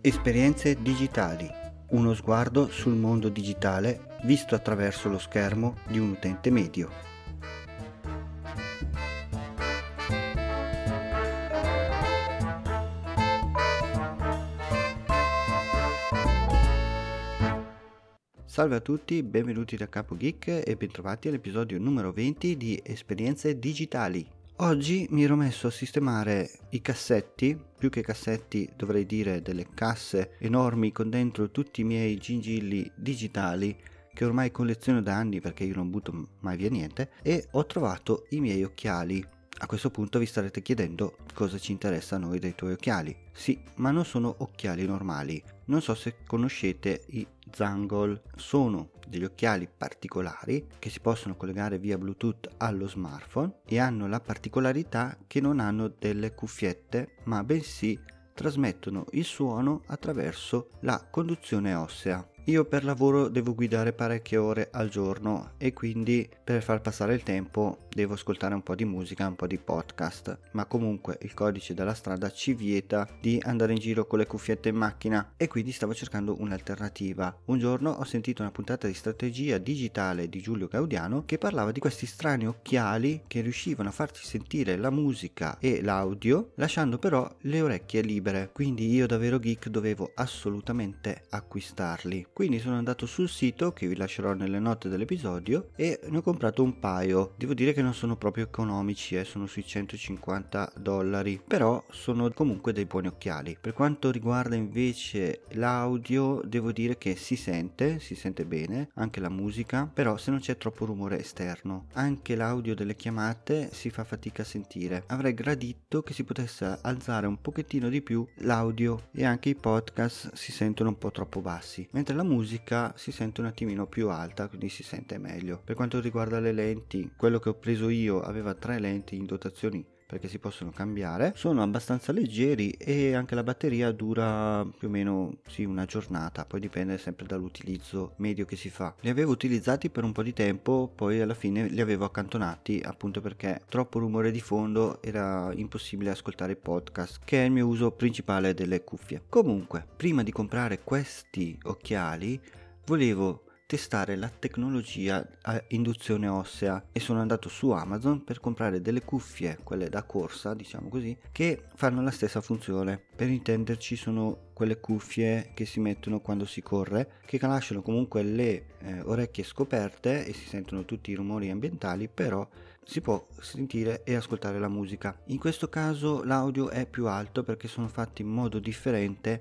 Esperienze digitali, uno sguardo sul mondo digitale visto attraverso lo schermo di un utente medio. Salve a tutti, benvenuti da Capo Geek e bentrovati all'episodio numero 20 di Esperienze digitali. Oggi mi ero messo a sistemare i cassetti, più che cassetti dovrei dire delle casse enormi con dentro tutti i miei gingilli digitali che ormai colleziono da anni perché io non butto mai via niente, e ho trovato i miei occhiali. A questo punto vi starete chiedendo cosa ci interessa a noi dei tuoi occhiali. Sì, ma non sono occhiali normali. Non so se conoscete i Zangle. Sono degli occhiali particolari che si possono collegare via Bluetooth allo smartphone e hanno la particolarità che non hanno delle cuffiette, ma bensì trasmettono il suono attraverso la conduzione ossea. Io per lavoro devo guidare parecchie ore al giorno e quindi per far passare il tempo devo ascoltare un po' di musica, un po' di podcast, ma comunque il codice della strada ci vieta di andare in giro con le cuffiette in macchina e quindi stavo cercando un'alternativa. Un giorno ho sentito una puntata di strategia digitale di Giulio Gaudiano che parlava di questi strani occhiali che riuscivano a farci sentire la musica e l'audio lasciando però le orecchie libere, quindi io da vero geek dovevo assolutamente acquistarli. Quindi sono andato sul sito che vi lascerò nelle note dell'episodio e ne ho comprato un paio. Devo dire che non sono proprio economici, sono sui $150, però sono comunque dei buoni occhiali. Per quanto riguarda invece l'audio, devo dire che si sente bene, anche la musica, però se non c'è troppo rumore esterno. Anche l'audio delle chiamate si fa fatica a sentire. Avrei gradito che si potesse alzare un pochettino di più l'audio e anche i podcast si sentono un po' troppo bassi, mentre la musica si sente un attimino più alta, quindi si sente meglio. Per quanto riguarda le lenti, quello che ho preso io aveva 3 lenti in dotazioni perché si possono cambiare, sono abbastanza leggeri e anche la batteria dura più o meno una giornata, poi dipende sempre dall'utilizzo medio che si fa. Li avevo utilizzati per un po' di tempo, poi alla fine li avevo accantonati appunto perché troppo rumore di fondo era impossibile ascoltare i podcast, che è il mio uso principale delle cuffie. Comunque, prima di comprare questi occhiali volevo testare la tecnologia a induzione ossea e sono andato su Amazon per comprare delle cuffie, quelle da corsa diciamo così, che fanno la stessa funzione. Per intenderci sono quelle cuffie che si mettono quando si corre, che lasciano comunque le orecchie scoperte e si sentono tutti i rumori ambientali, però si può sentire e ascoltare la musica. In questo caso l'audio è più alto perché sono fatti in modo differente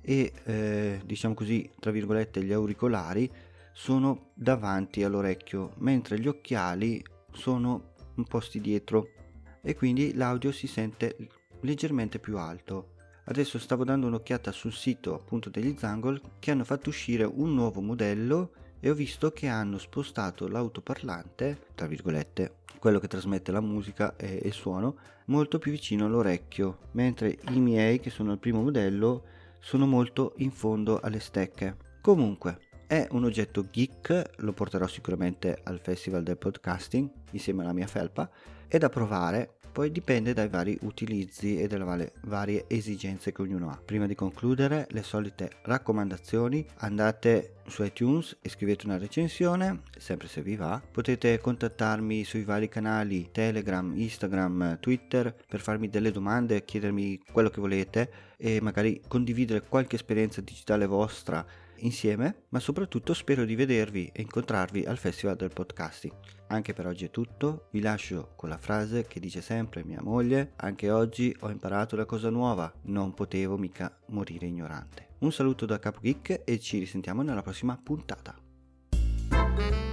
e diciamo così tra virgolette gli auricolari sono davanti all'orecchio mentre gli occhiali sono posti dietro e quindi l'audio si sente leggermente più alto. Adesso stavo dando un'occhiata sul sito appunto degli Zangle che hanno fatto uscire un nuovo modello e ho visto che hanno spostato l'autoparlante, tra virgolette, quello che trasmette la musica e il suono, molto più vicino all'orecchio, mentre i miei, che sono il primo modello, sono molto in fondo alle stecche. Comunque è un oggetto geek, lo porterò sicuramente al Festival del Podcasting insieme alla mia felpa, è da provare, poi dipende dai vari utilizzi e dalle varie esigenze che ognuno ha. Prima di concludere, le solite raccomandazioni: andate su iTunes e scrivete una recensione, sempre se vi va. Potete contattarmi sui vari canali Telegram, Instagram, Twitter per farmi delle domande, chiedermi quello che volete e magari condividere qualche esperienza digitale vostra insieme, ma soprattutto spero di vedervi e incontrarvi al Festival del Podcasting. Anche per oggi è tutto, vi lascio con la frase che dice sempre mia moglie: anche oggi ho imparato una cosa nuova, non potevo mica morire ignorante. Un saluto da Capo Geek e ci risentiamo nella prossima puntata.